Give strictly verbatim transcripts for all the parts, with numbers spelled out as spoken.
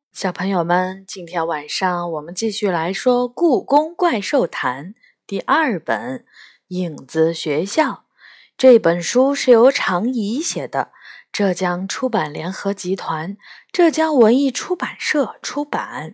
小朋友们，今天晚上我们继续来说《故宫怪兽谈》第二本《影子学校》。这本书是由常怡写的，浙江出版联合集团、浙江文艺出版社出版。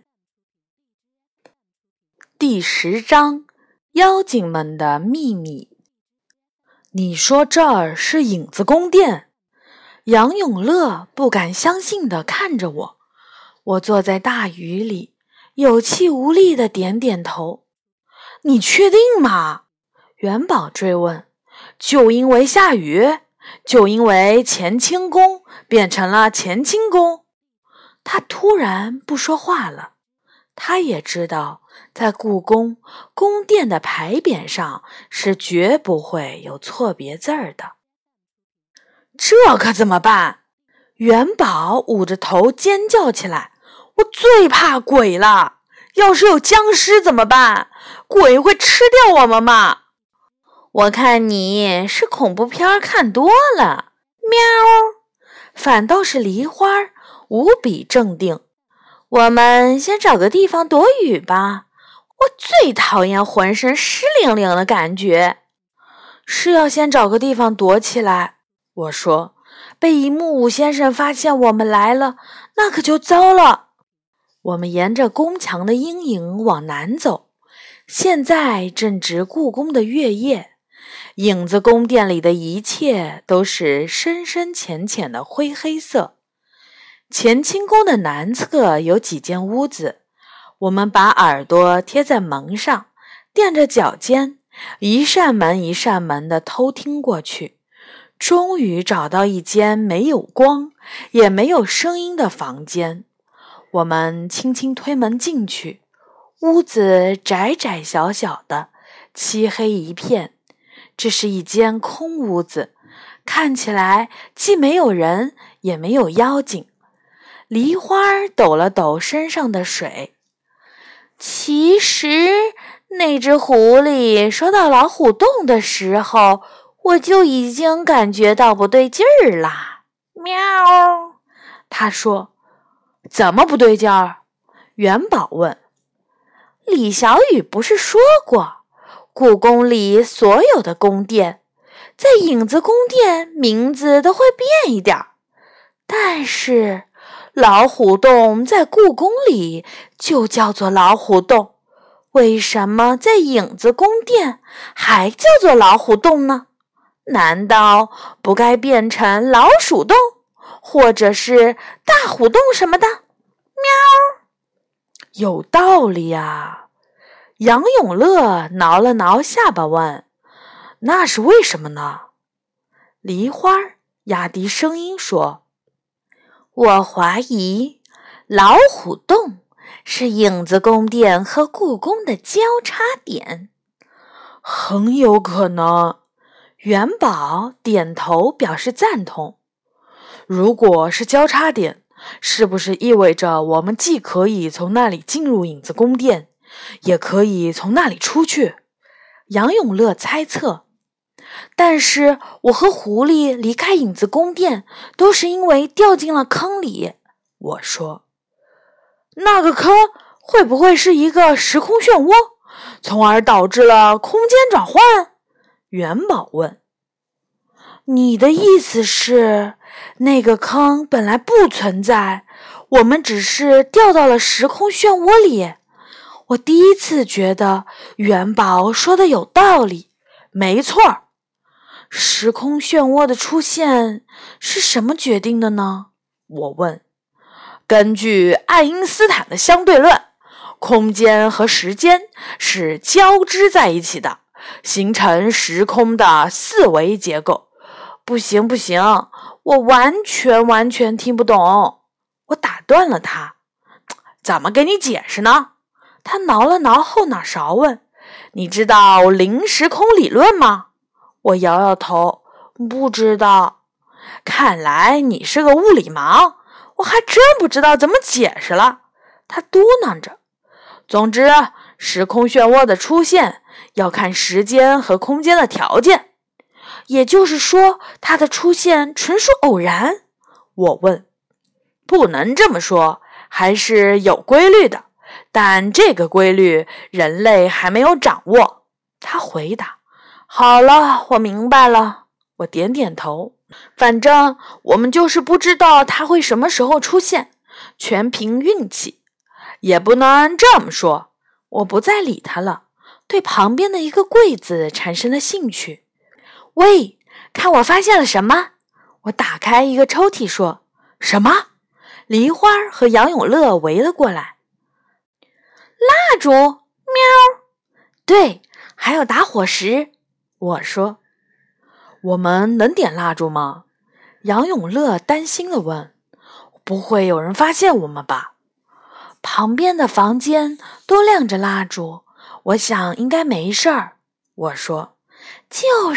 第十章：妖精们的秘密。你说这儿是影子宫殿？杨永乐不敢相信地看着我。我坐在大雨里，有气无力地点点头。你确定吗？元宝追问。就因为下雨？就因为乾清宫变成了乾清宫？他突然不说话了。他也知道，在故宫宫殿的牌匾上是绝不会有错别字儿的。这可怎么办？元宝捂着头尖叫起来。我最怕鬼了，要是有僵尸怎么办？鬼会吃掉我们吗？我看你是恐怖片看多了。喵！反倒是梨花无比镇定。我们先找个地方躲雨吧。我最讨厌浑身湿淋淋的感觉。是要先找个地方躲起来。我说，被一木五先生发现我们来了，那可就糟了。我们沿着宫墙的阴影往南走，现在正值故宫的月夜，影子宫殿里的一切都是深深浅浅的灰黑色。乾清宫的南侧有几间屋子，我们把耳朵贴在门上，垫着脚尖，一扇门一扇门地偷听过去，终于找到一间没有光也没有声音的房间。我们轻轻推门进去，屋子窄窄小小的，漆黑一片。这是一间空屋子，看起来既没有人也没有妖精。梨花抖了抖身上的水。其实那只狐狸说到老虎洞的时候，我就已经感觉到不对劲儿啦。喵！他说。怎么不对劲儿？元宝问。李小雨不是说过，故宫里所有的宫殿，在影子宫殿名字都会变一点，但是老虎洞在故宫里就叫做老虎洞，为什么在影子宫殿还叫做老虎洞呢？难道不该变成老鼠洞？或者是大虎洞什么的？喵！有道理啊。杨永乐挠了挠下巴问，那是为什么呢？梨花压低声音说，我怀疑老虎洞是影子宫殿和故宫的交叉点。很有可能。元宝点头表示赞同。如果是交叉点，是不是意味着我们既可以从那里进入影子宫殿，也可以从那里出去？杨永乐猜测。但是我和狐狸离开影子宫殿都是因为掉进了坑里。我说，那个坑会不会是一个时空漩涡，从而导致了空间转换？元宝问。你的意思是，那个坑本来不存在，我们只是掉到了时空漩涡里？我第一次觉得元宝说的有道理。没错，时空漩涡的出现是什么决定的呢？我问。根据爱因斯坦的相对论，空间和时间是交织在一起的，形成时空的四维结构。不行不行，我完全完全听不懂。我打断了他。怎么给你解释呢？他挠了挠后脑勺问，你知道零时空理论吗？我摇摇头，不知道。看来你是个物理盲，我还真不知道怎么解释了。他嘟囔着。总之，时空漩涡的出现要看时间和空间的条件。也就是说，它的出现纯属偶然？我问。不能这么说， 还是有规律的，但这个规律人类还没有掌握。他回答。好了，我明白了。我点点头。反正我们就是不知道它会什么时候出现，全凭运气。也不能这么说。我不再理他了，对旁边的一个柜子产生了兴趣。喂，看我发现了什么？我打开一个抽屉说。什么？梨花和杨永乐围了过来。蜡烛，喵。对，还有打火石。我说。我们能点蜡烛吗？杨永乐担心地问。不会有人发现我们吧？旁边的房间都亮着蜡烛，我想应该没事儿。我说。就是，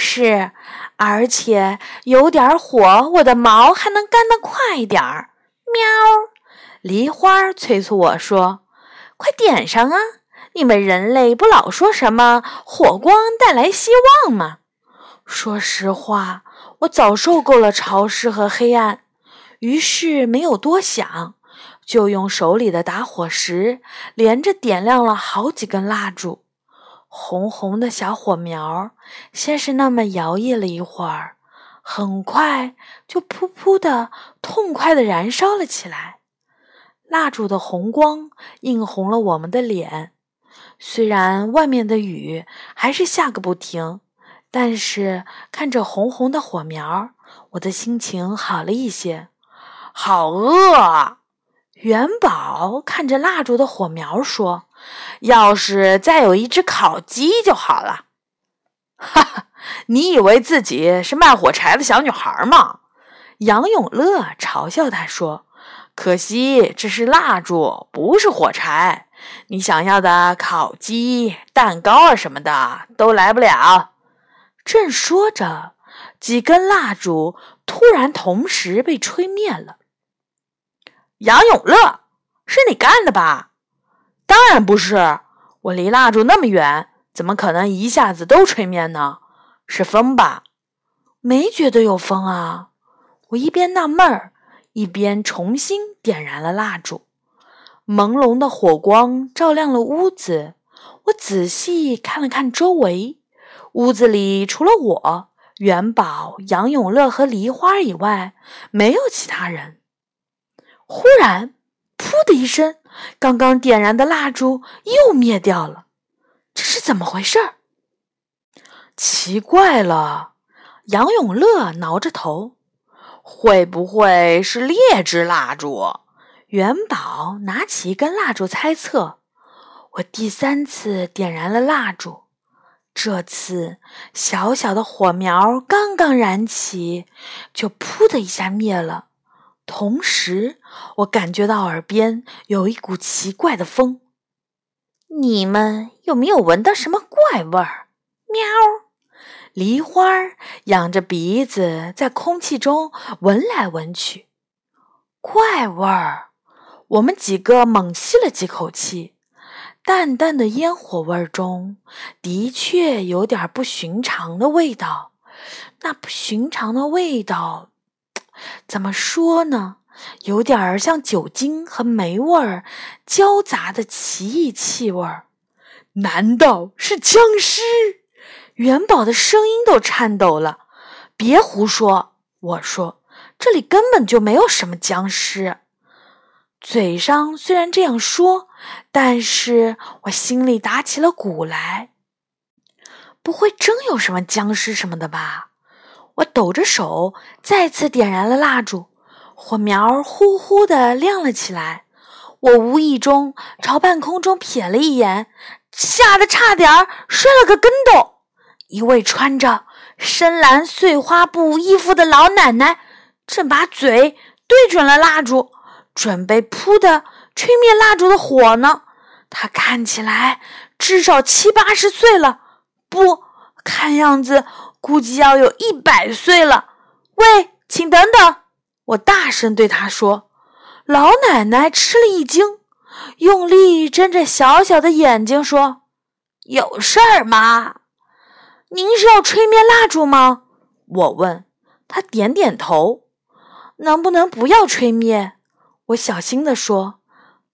而且有点火，我的毛还能干得快点儿。喵！梨花催促我说：“快点上啊！你们人类不老说什么火光带来希望吗？”说实话，我早受够了潮湿和黑暗，于是没有多想，就用手里的打火石连着点亮了好几根蜡烛。红红的小火苗先是那么摇曳了一会儿，很快就噗噗的痛快地燃烧了起来。蜡烛的红光映红了我们的脸，虽然外面的雨还是下个不停，但是看着红红的火苗，我的心情好了一些。好饿啊！元宝看着蜡烛的火苗说，要是再有一只烤鸡就好了。哈哈，你以为自己是卖火柴的小女孩吗？杨永乐嘲笑他说，可惜这是蜡烛，不是火柴，你想要的烤鸡、蛋糕啊什么的都来不了。正说着，几根蜡烛突然同时被吹灭了。杨永乐，是你干的吧？当然不是，我离蜡烛那么远，怎么可能一下子都吹灭呢？是风吧？没觉得有风啊。我一边纳闷儿，一边重新点燃了蜡烛。朦胧的火光照亮了屋子，我仔细看了看周围，屋子里除了我、元宝、杨永乐和梨花以外，没有其他人。忽然，噗的一声，刚刚点燃的蜡烛又灭掉了。这是怎么回事？奇怪了，杨永乐挠着头。会不会是劣质蜡烛？元宝拿起一根蜡烛猜测。我第三次点燃了蜡烛，这次小小的火苗刚刚燃起，就噗的一下灭了。同时，我感觉到耳边有一股奇怪的风。你们有没有闻到什么怪味儿？喵！梨花仰着鼻子在空气中闻来闻去。怪味儿！我们几个猛吸了几口气，淡淡的烟火味中的确有点不寻常的味道。那不寻常的味道怎么说呢？有点像酒精和霉味儿交杂的奇异气味。难道是僵尸？元宝的声音都颤抖了。别胡说，我说，这里根本就没有什么僵尸。嘴上虽然这样说，但是我心里打起了鼓来。不会真有什么僵尸什么的吧？我抖着手再次点燃了蜡烛，火苗呼呼地亮了起来。我无意中朝半空中瞥了一眼，吓得差点摔了个跟斗。一位穿着深蓝碎花布衣服的老奶奶正把嘴对准了蜡烛，准备噗的吹灭蜡烛的火呢。她看起来至少七八十岁了，不，看样子估计要有一百岁了。喂，请等等！我大声对她说。老奶奶吃了一惊，用力睁着小小的眼睛说：“有事儿吗？您是要吹灭蜡烛吗？”我问。她点点头。能不能不要吹灭？我小心地说。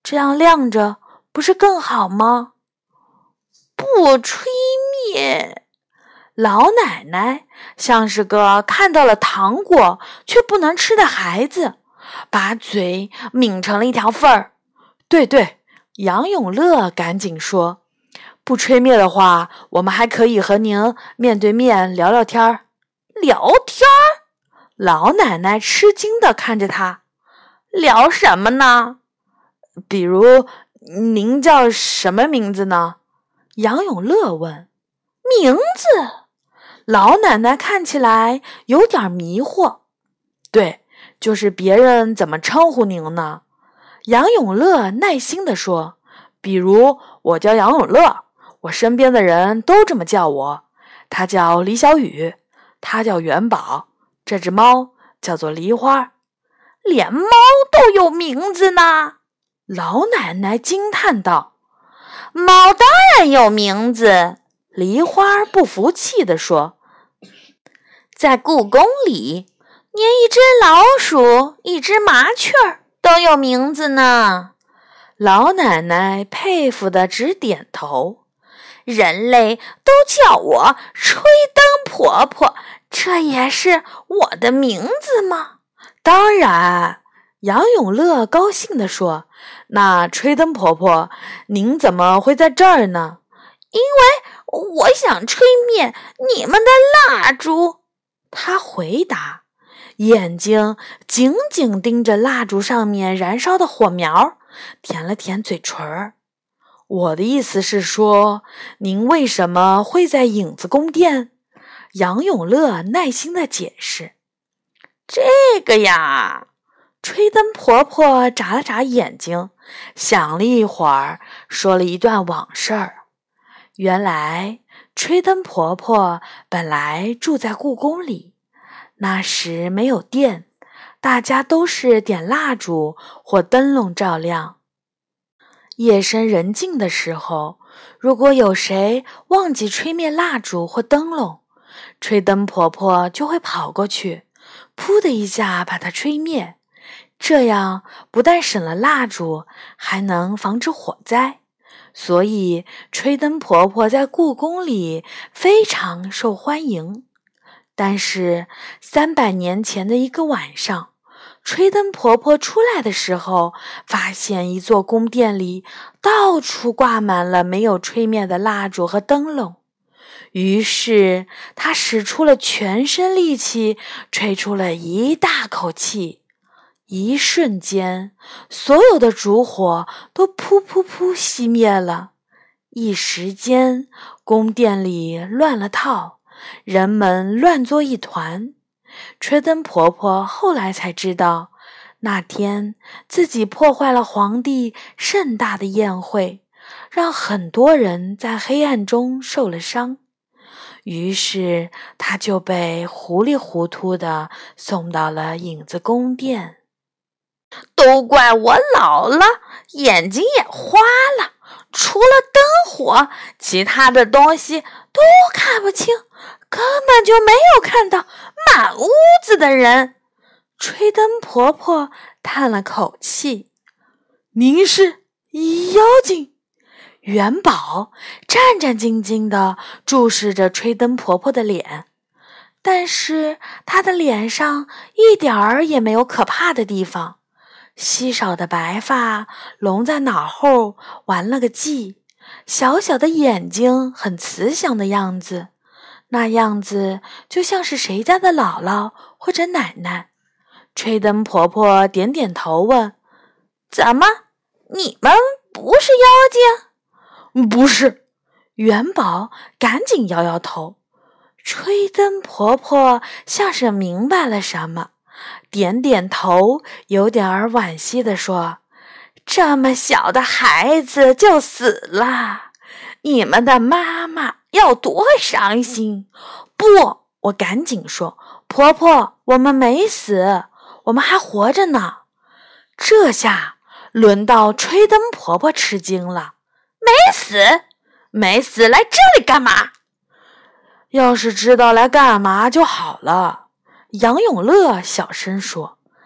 这样晾着不是更好吗？不吹灭。老奶奶像是个看到了糖果却不能吃的孩子，把嘴抿成了一条缝儿。对对，杨永乐赶紧说，不吹灭的话，我们还可以和您面对面聊聊天儿。聊天儿？老奶奶吃惊地看着他，聊什么呢？比如，您叫什么名字呢？杨永乐问。名字？老奶奶看起来有点迷惑。对，就是别人怎么称呼您呢？杨永乐耐心地说，比如我叫杨永乐，我身边的人都这么叫我。他叫李小雨，他叫元宝，这只猫叫做梨花。连猫都有名字呢？老奶奶惊叹道。猫当然有名字，梨花不服气地说，在故宫里，连一只老鼠、一只麻雀都有名字呢。老奶奶佩服地直点头。人类都叫我吹灯婆婆，这也是我的名字吗？当然，杨永乐高兴地说，那吹灯婆婆，您怎么会在这儿呢？因为我想吹灭你们的蜡烛，他回答，眼睛紧紧盯着蜡烛上面燃烧的火苗，舔了舔嘴唇。我的意思是说，您为什么会在影子宫殿？杨永乐耐心地解释。这个呀，吹灯婆婆眨了眨眼睛，想了一会儿，说了一段往事儿。原来，吹灯婆婆本来住在故宫里，那时没有电，大家都是点蜡烛或灯笼照亮。夜深人静的时候，如果有谁忘记吹灭蜡烛或灯笼，吹灯婆婆就会跑过去，噗的一下把它吹灭。这样不但省了蜡烛，还能防止火灾。所以吹灯婆婆在故宫里非常受欢迎。但是三百年前的一个晚上，吹灯婆婆出来的时候，发现一座宫殿里到处挂满了没有吹灭的蜡烛和灯笼。于是她使出了全身力气，吹出了一大口气。一瞬间，所有的烛火都噗噗噗熄灭了。一时间，宫殿里乱了套，人们乱作一团。吹灯婆婆后来才知道，那天自己破坏了皇帝盛大的宴会，让很多人在黑暗中受了伤。于是她就被糊里糊涂地送到了影子宫殿。都怪我老了，眼睛也花了，除了灯火，其他的东西都看不清，根本就没有看到满屋子的人。吹灯婆婆叹了口气。您是妖精？元宝战战兢兢地注视着吹灯婆婆的脸，但是她的脸上一点儿也没有可怕的地方。稀少的白发拢在脑后玩了个髻，小小的眼睛很慈祥的样子，那样子就像是谁家的姥姥或者奶奶。吹灯婆婆点点头问，怎么，你们不是妖精？不是。元宝赶紧摇摇头。吹灯婆婆像是明白了什么，点点头，有点儿惋惜地说，这么小的孩子就死了，你们的妈妈要多伤心。不，我赶紧说，婆婆，我们没死，我们还活着呢。这下轮到吹灯婆婆吃惊了，没死？没死来这里干嘛？要是知道来干嘛就好了。杨永乐小声说，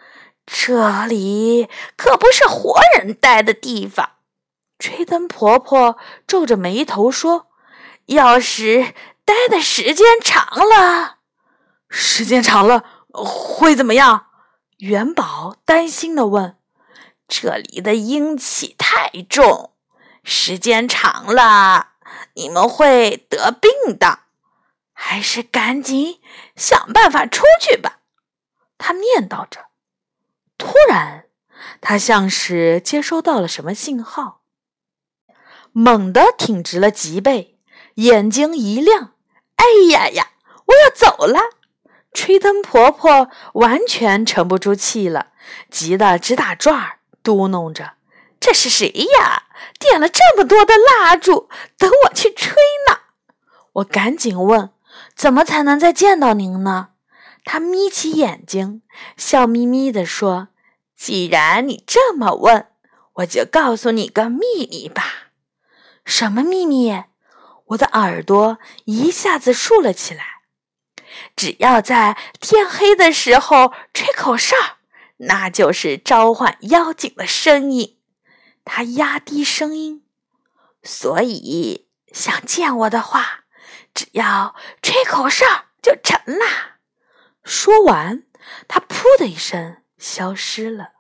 这里可不是活人待的地方。吹灯婆婆皱着眉头说，要是待的时间长了，时间长了会怎么样？元宝担心地问。这里的阴气太重，时间长了你们会得病的，还是赶紧想办法出去吧。他念叨着。突然，他像是接收到了什么信号，猛地挺直了脊背，眼睛一亮，哎呀呀，我要走了！吹灯婆婆完全沉不住气了，急得直打转儿，嘟哝着，这是谁呀？点了这么多的蜡烛，等我去吹呢。我赶紧问，怎么才能再见到您呢？他眯起眼睛，笑眯眯地说，既然你这么问，我就告诉你个秘密吧。什么秘密？我的耳朵一下子竖了起来。只要在天黑的时候吹口哨，那就是召唤妖精的声音。他压低声音，所以想见我的话，只要吹口哨就成啦。说完，他噗的一声消失了。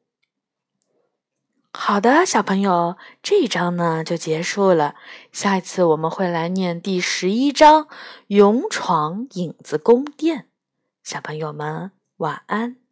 好的，小朋友，这一章呢就结束了。下一次我们会来念第十一章《勇闯影子宫殿》。小朋友们，晚安。